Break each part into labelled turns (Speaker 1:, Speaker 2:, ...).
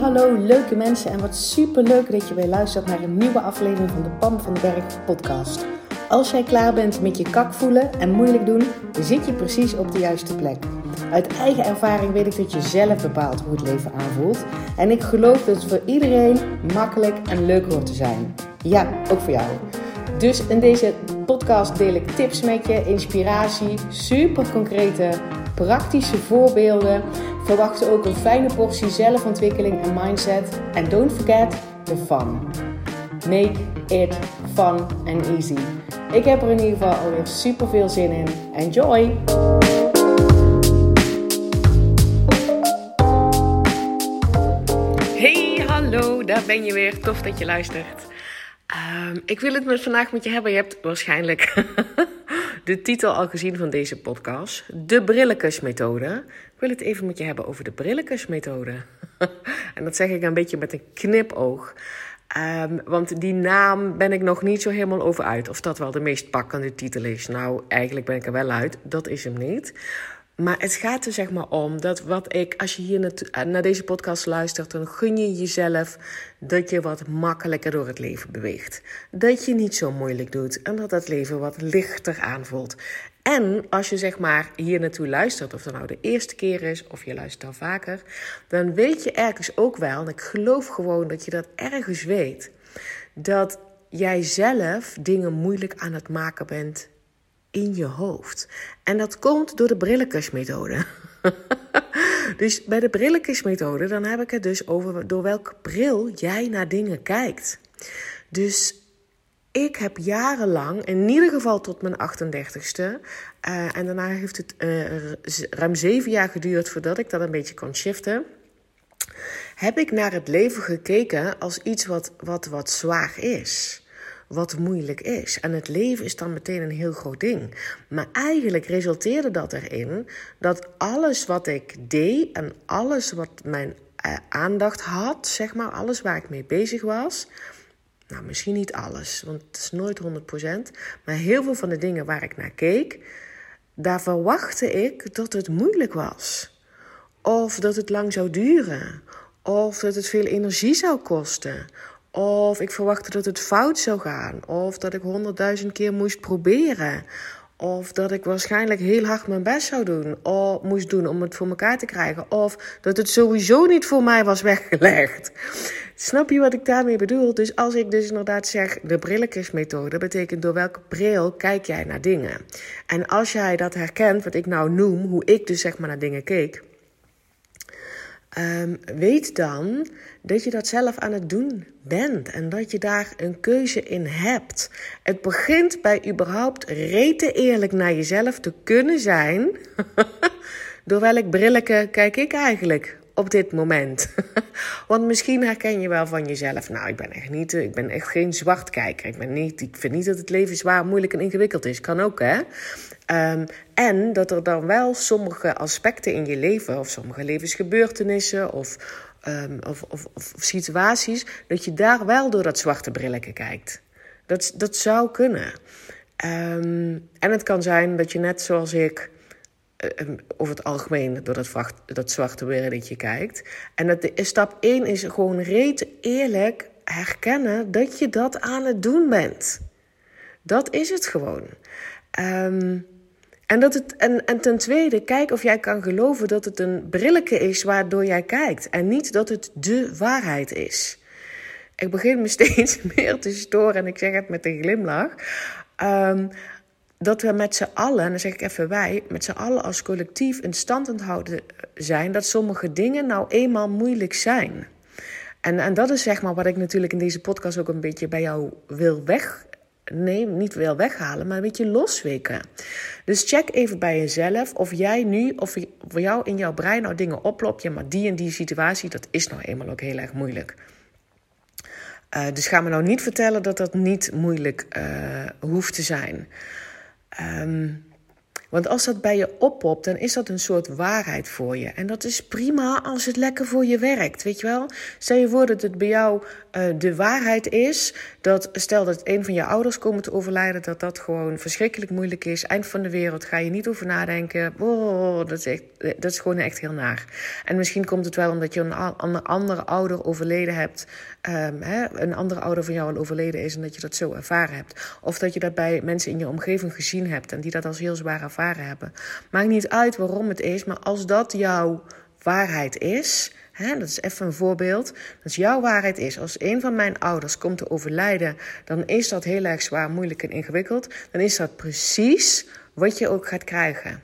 Speaker 1: Hallo leuke mensen en wat super leuk dat je weer luistert naar een nieuwe aflevering van de Pam van den Berg podcast. Als jij klaar bent met je kak voelen en moeilijk doen, dan zit je precies op de juiste plek. Uit eigen ervaring weet ik dat je zelf bepaalt hoe het leven aanvoelt. En ik geloof dat het voor iedereen makkelijk en leuk hoort te zijn. Ja, ook voor jou. Dus in deze podcast deel ik tips met je, inspiratie, super concrete, praktische voorbeelden. Verwacht ook een fijne portie zelfontwikkeling en mindset. En don't forget the fun. Make it fun and easy. Ik heb er in ieder geval alweer super veel zin in. Enjoy! Hey, hallo, daar ben je weer. Tof dat je luistert. Ik wil het vandaag met je hebben. Je hebt waarschijnlijk de titel al gezien van deze podcast. De Brillekus-methode. Ik wil het even met je hebben over de Brillekus-methode. En dat zeg ik een beetje met een knipoog. Want die naam ben ik nog niet zo helemaal over uit. Of dat wel de meest pakkende titel is. Nou, eigenlijk ben ik er wel uit. Dat is hem niet. Maar het gaat er zeg maar om dat als je hier naar deze podcast luistert, dan gun je jezelf dat je wat makkelijker door het leven beweegt. Dat je niet zo moeilijk doet en dat het leven wat lichter aanvoelt. En als je zeg maar hier naartoe luistert, of dat nou de eerste keer is of je luistert al vaker, dan weet je ergens ook wel, en ik geloof gewoon dat je dat ergens weet, dat jij zelf dingen moeilijk aan het maken bent in je hoofd. En dat komt door de Brillekus-methode. Dus bij de Brillekus-methode, dan heb ik het dus over door welke bril jij naar dingen kijkt. Dus ik heb jarenlang, in ieder geval tot mijn 38ste... en daarna heeft het ruim 7 jaar geduurd voordat ik dat een beetje kon shiften, heb ik naar het leven gekeken als iets wat zwaar is. Wat moeilijk is. En het leven is dan meteen een heel groot ding. Maar eigenlijk resulteerde dat erin dat alles wat ik deed en alles wat mijn aandacht had, zeg maar, alles waar ik mee bezig was, nou misschien niet alles, want het is nooit 100%, maar heel veel van de dingen waar ik naar keek, daar verwachtte ik dat het moeilijk was. Of dat het lang zou duren. Of dat het veel energie zou kosten. Of ik verwachtte dat het fout zou gaan. Of dat ik 100.000 keer moest proberen. Of dat ik waarschijnlijk heel hard mijn best zou doen. Of moest doen om het voor elkaar te krijgen. Of dat het sowieso niet voor mij was weggelegd. Snap je wat ik daarmee bedoel? Dus als ik dus inderdaad zeg, de Brillekus-methode betekent door welke bril kijk jij naar dingen. En als jij dat herkent, wat ik nou noem, hoe ik dus zeg maar naar dingen keek, weet dan dat je dat zelf aan het doen bent en dat je daar een keuze in hebt. Het begint bij überhaupt rete eerlijk naar jezelf te kunnen zijn. Door welk brilletje kijk ik eigenlijk op dit moment? Want misschien herken je wel van jezelf, nou, ik ben echt geen zwartkijker. Ik vind niet dat het leven zwaar, moeilijk en ingewikkeld is. Kan ook, hè? En dat er dan wel sommige aspecten in je leven, of sommige levensgebeurtenissen, of situaties, dat je daar wel door dat zwarte brilletje kijkt. Dat zou kunnen. En het kan zijn dat je net zoals ik over het algemeen door dat zwarte brilletje kijkt. En stap 1 is gewoon reet eerlijk herkennen dat je dat aan het doen bent. Dat is het gewoon. En ten tweede, kijk of jij kan geloven dat het een brilletje is waardoor jij kijkt. En niet dat het de waarheid is. Ik begin me steeds meer te storen, en ik zeg het met een glimlach, dat we met z'n allen, en dan zeg ik even wij, met z'n allen als collectief in stand aan het houden zijn dat sommige dingen nou eenmaal moeilijk zijn. En dat is zeg maar wat ik natuurlijk in deze podcast ook een beetje bij jou wil niet wil weghalen, maar een beetje losweken. Dus check even bij jezelf of jij nu, of voor jou in jouw brein nou dingen oplopt, ja, maar die en die situatie, dat is nou eenmaal ook heel erg moeilijk. Dus ga me nou niet vertellen dat dat niet moeilijk hoeft te zijn. Want als dat bij je oppopt, dan is dat een soort waarheid voor je. En dat is prima als het lekker voor je werkt, weet je wel. Stel je voor dat het bij jou de waarheid is. Stel dat een van je ouders komen te overlijden, dat gewoon verschrikkelijk moeilijk is. Eind van de wereld, ga je niet over nadenken. Oh, dat is gewoon echt heel naar. En misschien komt het wel omdat je een andere ouder overleden hebt. Een andere ouder van jou al overleden is en dat je dat zo ervaren hebt. Of dat je dat bij mensen in je omgeving gezien hebt en die dat als heel zwaar ervaren hebben. Maakt niet uit waarom het is, maar als dat jouw waarheid is, dat is even een voorbeeld. Als jouw waarheid is, als een van mijn ouders komt te overlijden, dan is dat heel erg zwaar, moeilijk en ingewikkeld. Dan is dat precies wat je ook gaat krijgen.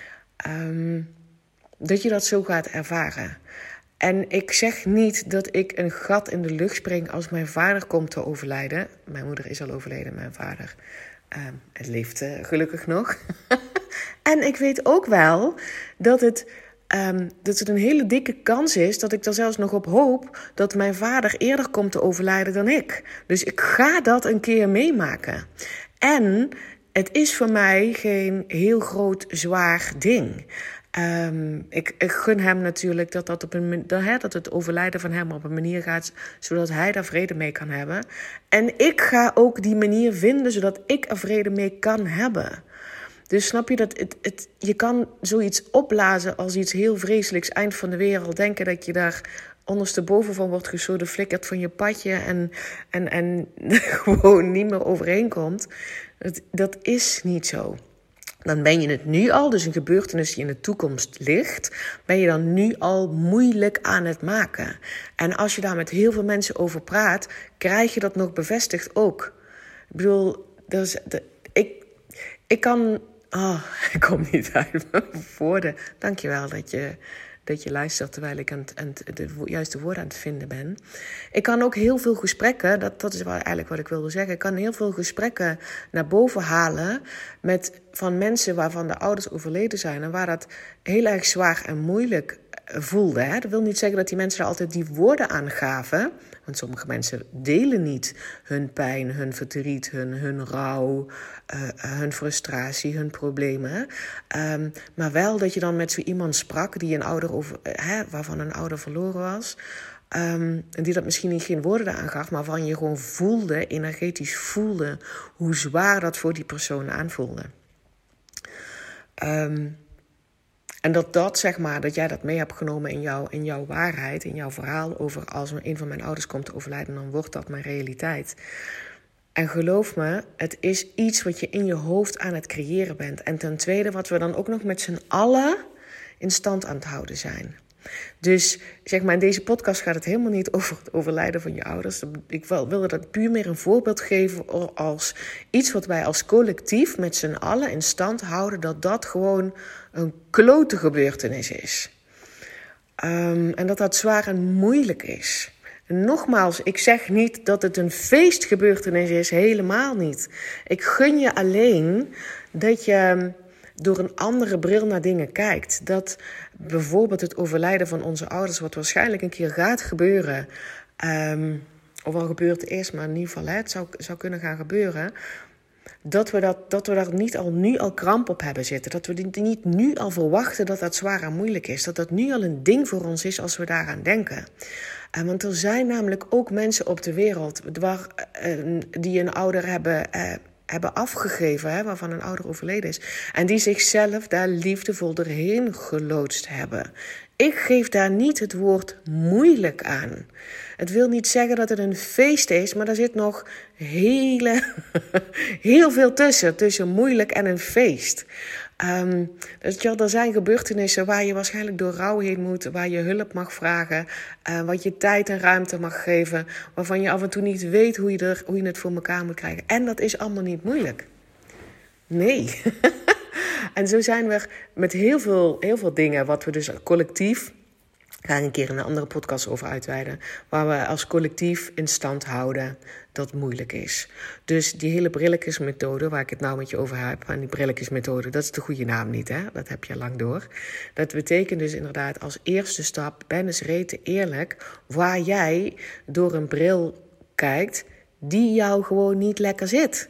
Speaker 1: Dat je dat zo gaat ervaren. En ik zeg niet dat ik een gat in de lucht spring als mijn vader komt te overlijden. Mijn moeder is al overleden, mijn vader het leeft gelukkig nog. En ik weet ook wel dat het een hele dikke kans is dat ik er zelfs nog op hoop dat mijn vader eerder komt te overlijden dan ik. Dus ik ga dat een keer meemaken. En het is voor mij geen heel groot, zwaar ding. Ik gun hem natuurlijk dat het overlijden van hem op een manier gaat zodat hij daar vrede mee kan hebben. En ik ga ook die manier vinden zodat ik er vrede mee kan hebben. Dus snap je dat je kan zoiets opblazen als iets heel vreselijks, eind van de wereld. Denken dat je daar ondersteboven van wordt gesodeflikkerd van je padje en gewoon niet meer overheen komt. Dat is niet zo. Dan ben je het nu al, dus een gebeurtenis die in de toekomst ligt, ben je dan nu al moeilijk aan het maken. En als je daar met heel veel mensen over praat, krijg je dat nog bevestigd ook. Ik bedoel, ik kan... ik kom niet uit mijn woorden. Dankjewel dat je luistert terwijl ik de juiste woorden aan het vinden ben. Ik kan ook heel veel gesprekken, dat is eigenlijk wat ik wilde zeggen. Ik kan heel veel gesprekken naar boven halen van mensen waarvan de ouders overleden zijn en waar dat heel erg zwaar en moeilijk voelde. Hè? Dat wil niet zeggen dat die mensen er altijd die woorden aan gaven. Want sommige mensen delen niet hun pijn, hun verdriet, hun rouw, hun frustratie, hun problemen. Maar wel dat je dan met zo iemand sprak die waarvan een ouder verloren was. En die dat misschien niet geen woorden aan gaf, maar waarvan je gewoon voelde, energetisch voelde, hoe zwaar dat voor die persoon aanvoelde. En dat jij dat mee hebt genomen in jouw waarheid, in jouw verhaal over als een van mijn ouders komt te overlijden, dan wordt dat mijn realiteit. En geloof me, het is iets wat je in je hoofd aan het creëren bent. En ten tweede, wat we dan ook nog met z'n allen in stand aan het houden zijn. Dus zeg maar, in deze podcast gaat het helemaal niet over het overlijden van je ouders. Ik wilde dat puur meer een voorbeeld geven als iets wat wij als collectief met z'n allen in stand houden, dat gewoon een klote gebeurtenis is. En dat zwaar en moeilijk is. En nogmaals, ik zeg niet dat het een feestgebeurtenis is, helemaal niet. Ik gun je alleen dat je door een andere bril naar dingen kijkt. Dat bijvoorbeeld het overlijden van onze ouders, wat waarschijnlijk een keer gaat gebeuren, of al gebeurd is, maar in ieder geval het zou kunnen gaan gebeuren, dat we daar niet al nu al kramp op hebben zitten. Dat we niet nu al verwachten dat zwaar en moeilijk is. Dat nu al een ding voor ons is als we daaraan denken. Want er zijn namelijk ook mensen op de wereld die een ouder hebben afgegeven, waarvan een ouder overleden is. En die zichzelf daar liefdevol doorheen geloodst hebben. Ik geef daar niet het woord moeilijk aan. Het wil niet zeggen dat het een feest is, maar er zit nog heel veel tussen moeilijk en een feest. Er zijn gebeurtenissen waar je waarschijnlijk door rouw heen moet, waar je hulp mag vragen, wat je tijd en ruimte mag geven, waarvan je af en toe niet weet hoe je het voor elkaar moet krijgen. En dat is allemaal niet moeilijk. Nee. En zo zijn we met heel veel dingen wat we dus collectief, ga ik een keer in een andere podcast over uitweiden, waar we als collectief in stand houden dat moeilijk is. Dus die hele brilletjesmethode waar ik het nou met je over heb, en die brilletjesmethode, dat is de goede naam niet, hè? Dat heb je lang door. Dat betekent dus inderdaad als eerste stap, ben eens rete eerlijk, waar jij door een bril kijkt die jou gewoon niet lekker zit.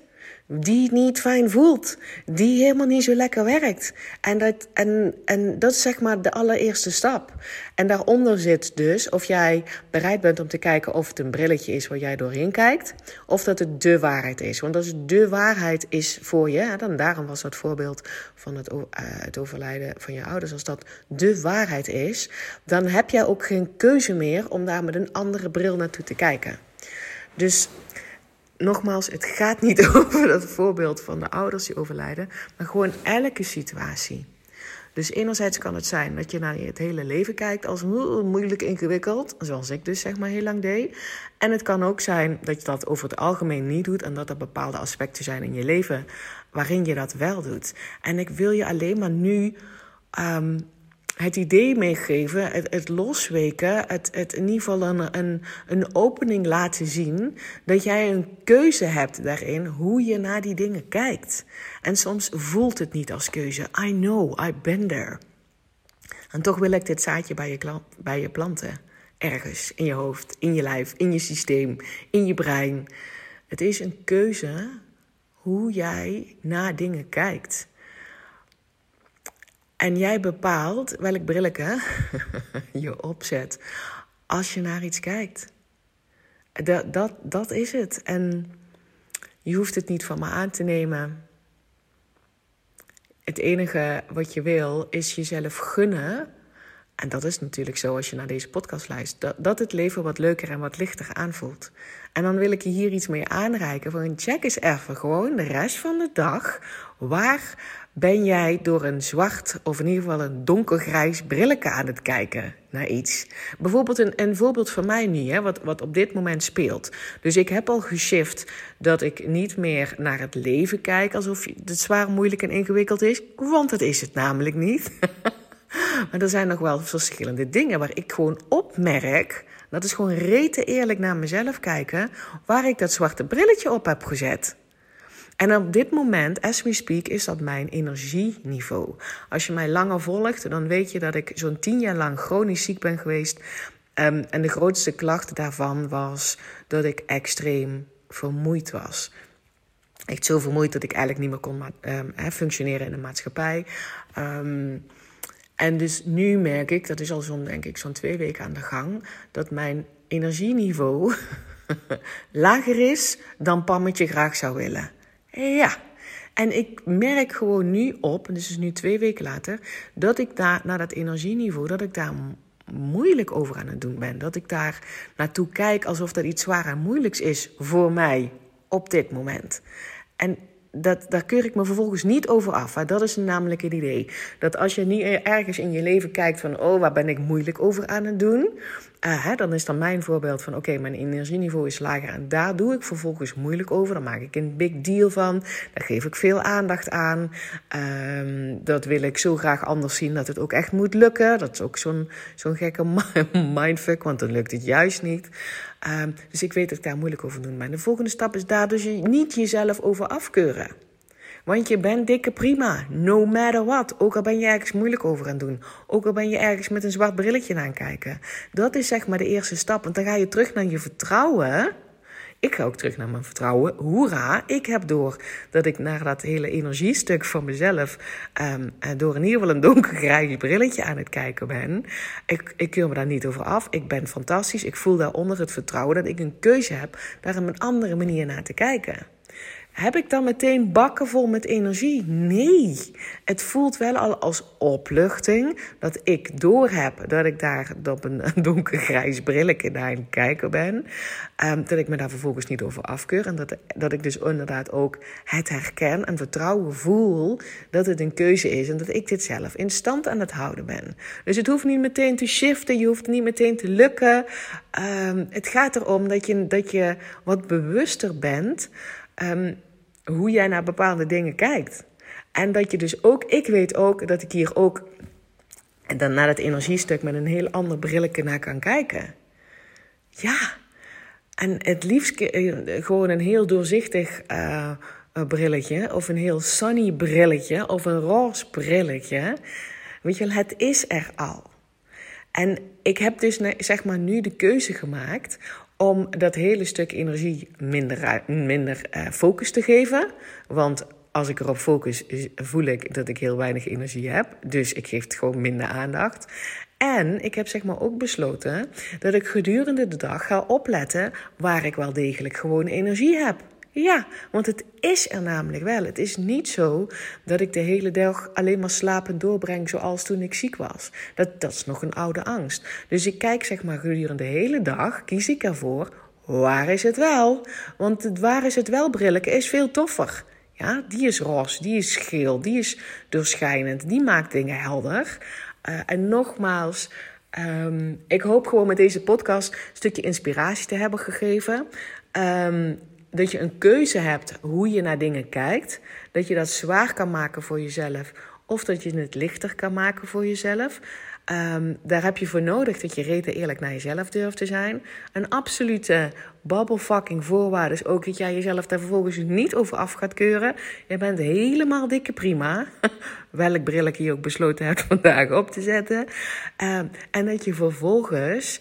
Speaker 1: die niet fijn voelt, die helemaal niet zo lekker werkt. En dat is zeg maar de allereerste stap. En daaronder zit dus of jij bereid bent om te kijken of het een brilletje is waar jij doorheen kijkt, of dat het de waarheid is. Want als het de waarheid is voor je, dan daarom was dat voorbeeld van het overlijden van je ouders, als dat de waarheid is, dan heb jij ook geen keuze meer om daar met een andere bril naartoe te kijken. Dus nogmaals, het gaat niet over dat voorbeeld van de ouders die overlijden, maar gewoon elke situatie. Dus enerzijds kan het zijn dat je naar het hele leven kijkt als moeilijk ingewikkeld, zoals ik dus zeg maar heel lang deed. En het kan ook zijn dat je dat over het algemeen niet doet en dat er bepaalde aspecten zijn in je leven waarin je dat wel doet. En ik wil je alleen maar nu het idee meegeven, het losweken, het in ieder geval een opening laten zien, dat jij een keuze hebt daarin hoe je naar die dingen kijkt. En soms voelt het niet als keuze. I know, I've been there. En toch wil ik dit zaadje bij je planten. Ergens in je hoofd, in je lijf, in je systeem, in je brein. Het is een keuze hoe jij naar dingen kijkt. En jij bepaalt welk brilletje je opzet als je naar iets kijkt. Dat is het. En je hoeft het niet van me aan te nemen. Het enige wat je wil is jezelf gunnen. En dat is natuurlijk zo als je naar deze podcast luistert. Dat het leven wat leuker en wat lichter aanvoelt. En dan wil ik je hier iets mee aanreiken. Van check eens even gewoon de rest van de dag. Waar ben jij door een zwart of in ieder geval een donkergrijs brilletje aan het kijken naar iets? Bijvoorbeeld een voorbeeld van mij nu, hè, wat op dit moment speelt. Dus ik heb al geshift dat ik niet meer naar het leven kijk alsof het zwaar, moeilijk en ingewikkeld is. Want dat is het namelijk niet. Maar er zijn nog wel verschillende dingen waar ik gewoon opmerk. Dat is gewoon rete eerlijk naar mezelf kijken, waar ik dat zwarte brilletje op heb gezet. En op dit moment, as we speak, is dat mijn energieniveau. Als je mij langer volgt, dan weet je dat ik zo'n 10 jaar lang chronisch ziek ben geweest. En de grootste klacht daarvan was dat ik extreem vermoeid was. Echt zo vermoeid dat ik eigenlijk niet meer kon functioneren in de maatschappij. En dus nu merk ik, dat is al zo'n 2 weken aan de gang, dat mijn energieniveau lager is dan Pammetje graag zou willen. Ja, en ik merk gewoon nu op, en dus is nu 2 weken later, dat ik daar naar dat energieniveau, dat ik daar moeilijk over aan het doen ben. Dat ik daar naartoe kijk alsof dat iets zwaar en moeilijks is voor mij op dit moment. En daar keur ik me vervolgens niet over af. Dat is namelijk het idee. Dat als je niet ergens in je leven kijkt van, waar ben ik moeilijk over aan het doen? Dan is dan mijn voorbeeld van, mijn energieniveau is lager en daar doe ik vervolgens moeilijk over. Dan maak ik een big deal van. Daar geef ik veel aandacht aan. Dat wil ik zo graag anders zien dat het ook echt moet lukken. Dat is ook zo'n gekke mindfuck, want dan lukt het juist niet. Dus ik weet dat ik daar moeilijk over doe. Maar de volgende stap is daar dus niet jezelf over afkeuren. Want je bent dikke prima, no matter what. Ook al ben je ergens moeilijk over aan het doen. Ook al ben je ergens met een zwart brilletje aan kijken. Dat is zeg maar de eerste stap. Want dan ga je terug naar je vertrouwen. Ik ga ook terug naar mijn vertrouwen. Hoera, ik heb door dat ik naar dat hele energiestuk van mezelf door in ieder geval een donkergrijs brilletje aan het kijken ben. Ik keur me daar niet over af. Ik ben fantastisch. Ik voel daaronder het vertrouwen dat ik een keuze heb daar op een andere manier naar te kijken. Heb ik dan meteen bakken vol met energie? Nee. Het voelt wel al als opluchting dat ik doorheb dat ik daar op een donkergrijs brilletje naar aan het kijken ben. Dat ik me daar vervolgens niet over afkeur. En dat ik dus inderdaad ook het herken en vertrouwen voel dat het een keuze is. En dat ik dit zelf in stand aan het houden ben. Dus het hoeft niet meteen te shiften. Je hoeft niet meteen te lukken. Het gaat erom dat je wat bewuster bent. Hoe jij naar bepaalde dingen kijkt. En dat je dus ook, ik weet ook dat ik hier ook en dan naar het energiestuk met een heel ander brilletje naar kan kijken. Ja, en het liefst gewoon een heel doorzichtig brilletje of een heel sunny brilletje of een roze brilletje. Weet je wel, het is er al. En ik heb dus zeg maar nu de keuze gemaakt om dat hele stuk energie minder focus te geven. Want als ik erop focus, voel ik dat ik heel weinig energie heb. Dus ik geef het gewoon minder aandacht. En ik heb ook besloten dat ik gedurende de dag ga opletten waar ik wel degelijk gewoon energie heb. Ja, want het is er namelijk wel. Het is niet zo dat ik de hele dag alleen maar slapend doorbreng zoals toen ik ziek was. Dat is nog een oude angst. Dus ik kijk gedurende de hele dag, kies ik ervoor, waar is het wel? Want het waar is het wel brilletje is veel toffer. Ja, die is roze, die is geel, die is doorschijnend, die maakt dingen helder. En nogmaals, ik hoop gewoon met deze podcast een stukje inspiratie te hebben gegeven. Dat je een keuze hebt hoe je naar dingen kijkt. Dat je dat zwaar kan maken voor jezelf. Of dat je het lichter kan maken voor jezelf. Daar heb je voor nodig dat je rete eerlijk naar jezelf durft te zijn. Een absolute babbelfucking voorwaarde is ook dat jij jezelf daar vervolgens niet over af gaat keuren. Je bent helemaal dikke prima. Welk brilletje je ook besloten hebt vandaag op te zetten. En dat je vervolgens...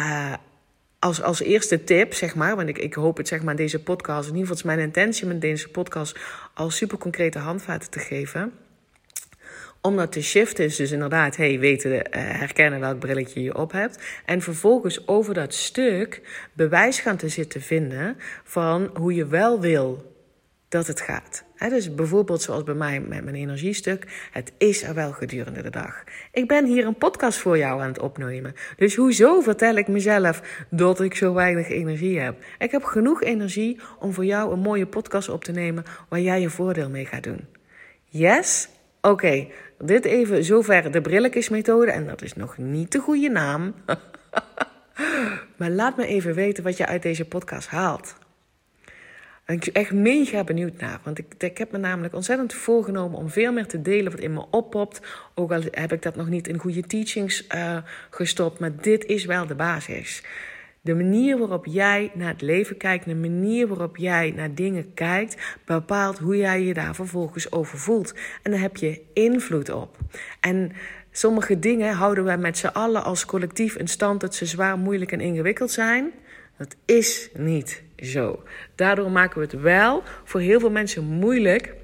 Speaker 1: Als eerste tip, want ik hoop het deze podcast, in ieder geval is mijn intentie met deze podcast al super concrete handvaten te geven. Om dat te shiften is dus inderdaad, herkennen welk brilletje je op hebt. En vervolgens over dat stuk bewijs gaan te zitten vinden van hoe je wel wil dat het gaat. Dus bijvoorbeeld zoals bij mij met mijn energiestuk. Het is er wel gedurende de dag. Ik ben hier een podcast voor jou aan het opnemen. Dus hoezo vertel ik mezelf dat ik zo weinig energie heb? Ik heb genoeg energie om voor jou een mooie podcast op te nemen waar jij je voordeel mee gaat doen. Yes? Oké, dit even zover de brilletjesmethode. En dat is nog niet de goede naam. Maar laat me even weten wat je uit deze podcast haalt. En ik ben echt mega benieuwd naar. Want ik heb me namelijk ontzettend voorgenomen om veel meer te delen wat in me oppopt. Ook al heb ik dat nog niet in goede teachings gestopt. Maar dit is wel de basis. De manier waarop jij naar het leven kijkt, de manier waarop jij naar dingen kijkt, bepaalt hoe jij je daar vervolgens over voelt. En daar heb je invloed op. En sommige dingen houden wij met z'n allen als collectief in stand dat ze zwaar, moeilijk en ingewikkeld zijn. Dat is niet zo. Daardoor maken we het wel voor heel veel mensen moeilijk,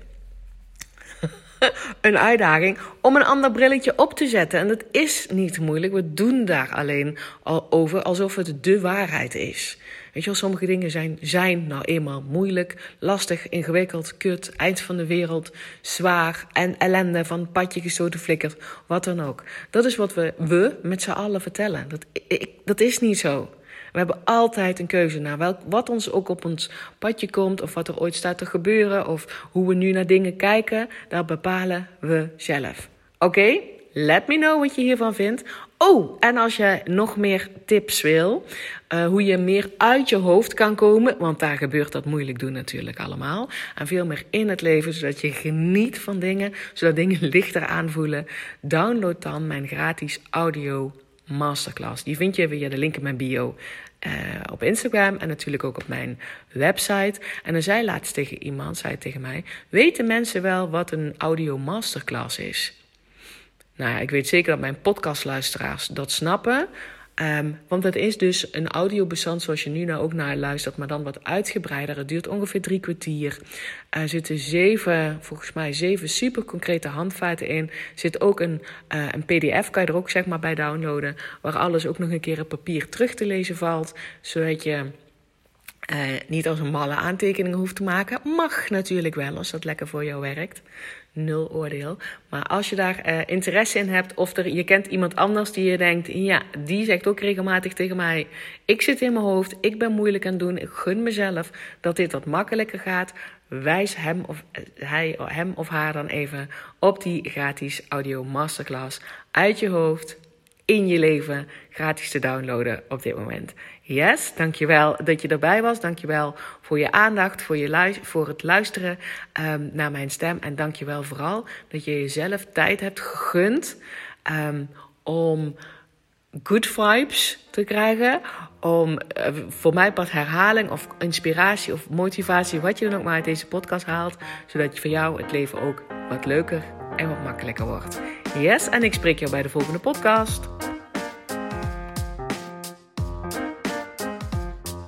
Speaker 1: een uitdaging, om een ander brilletje op te zetten. En dat is niet moeilijk. We doen daar alleen al over alsof het de waarheid is. Weet je wel, sommige dingen zijn nou eenmaal moeilijk, lastig, ingewikkeld, kut, eind van de wereld, zwaar en ellende, van het padje gestoten flikkert, wat dan ook. Dat is wat we met z'n allen vertellen. Dat is niet zo. We hebben altijd een keuze naar wat ons ook op ons padje komt, of wat er ooit staat te gebeuren, of hoe we nu naar dingen kijken. Dat bepalen we zelf. Oké? Let me know wat je hiervan vindt. Oh, en als je nog meer tips wil, hoe je meer uit je hoofd kan komen, want daar gebeurt dat moeilijk doen natuurlijk allemaal. En veel meer in het leven, zodat je geniet van dingen, zodat dingen lichter aanvoelen. Download dan mijn gratis audio masterclass. Die vind je via de link in mijn bio op Instagram en natuurlijk ook op mijn website. En dan zei laatst tegen mij, weten mensen wel wat een audio masterclass is? Nou ja, ik weet zeker dat mijn podcastluisteraars dat snappen. Want het is dus een audiobestand zoals je nu nou ook naar luistert, maar dan wat uitgebreider. Het duurt ongeveer 3 kwartier. Er zitten 7 super concrete handvaten in. Er zit ook een pdf, kan je er ook bij downloaden, waar alles ook nog een keer op papier terug te lezen valt, zodat je niet als een malle aantekeningen hoeft te maken. Mag natuurlijk wel, als dat lekker voor jou werkt. 0 oordeel. Maar als je daar interesse in hebt, of je kent iemand anders die je denkt, ja, die zegt ook regelmatig tegen mij, ik zit in mijn hoofd, ik ben moeilijk aan het doen, ik gun mezelf dat dit wat makkelijker gaat, wijs hem of haar dan even op die gratis audio masterclass uit je hoofd, in je leven, gratis te downloaden op dit moment. Yes, dankjewel dat je erbij was. Dankjewel voor je aandacht, voor het luisteren naar mijn stem. En dankjewel vooral dat je jezelf tijd hebt gegund om good vibes te krijgen. Om voor mij pas herhaling of inspiratie of motivatie, wat je dan ook maar uit deze podcast haalt. Zodat voor jou het leven ook wat leuker en wat makkelijker wordt. Yes, en ik spreek jou bij de volgende podcast.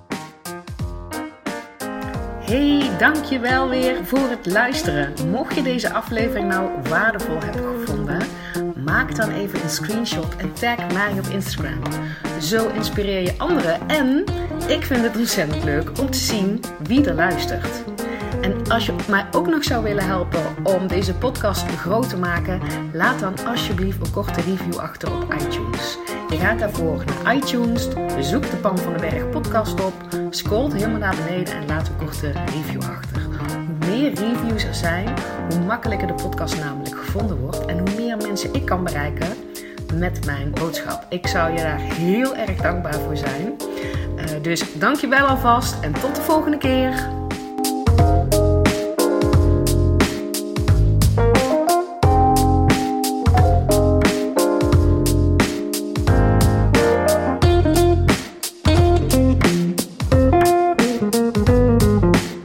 Speaker 1: Hey, dankjewel weer voor het luisteren. Mocht je deze aflevering nou waardevol hebben gevonden, maak dan even een screenshot en tag mij op Instagram. Zo inspireer je anderen en ik vind het ontzettend leuk om te zien wie er luistert. En als je mij ook nog zou willen helpen om deze podcast groot te maken, laat dan alsjeblieft een korte review achter op iTunes. Je gaat daarvoor naar iTunes, zoek de Pam van den Berg podcast op, scrolt helemaal naar beneden en laat een korte review achter. Hoe meer reviews er zijn, hoe makkelijker de podcast namelijk gevonden wordt en hoe meer mensen ik kan bereiken met mijn boodschap. Ik zou je daar heel erg dankbaar voor zijn. Dus dankjewel alvast en tot de volgende keer.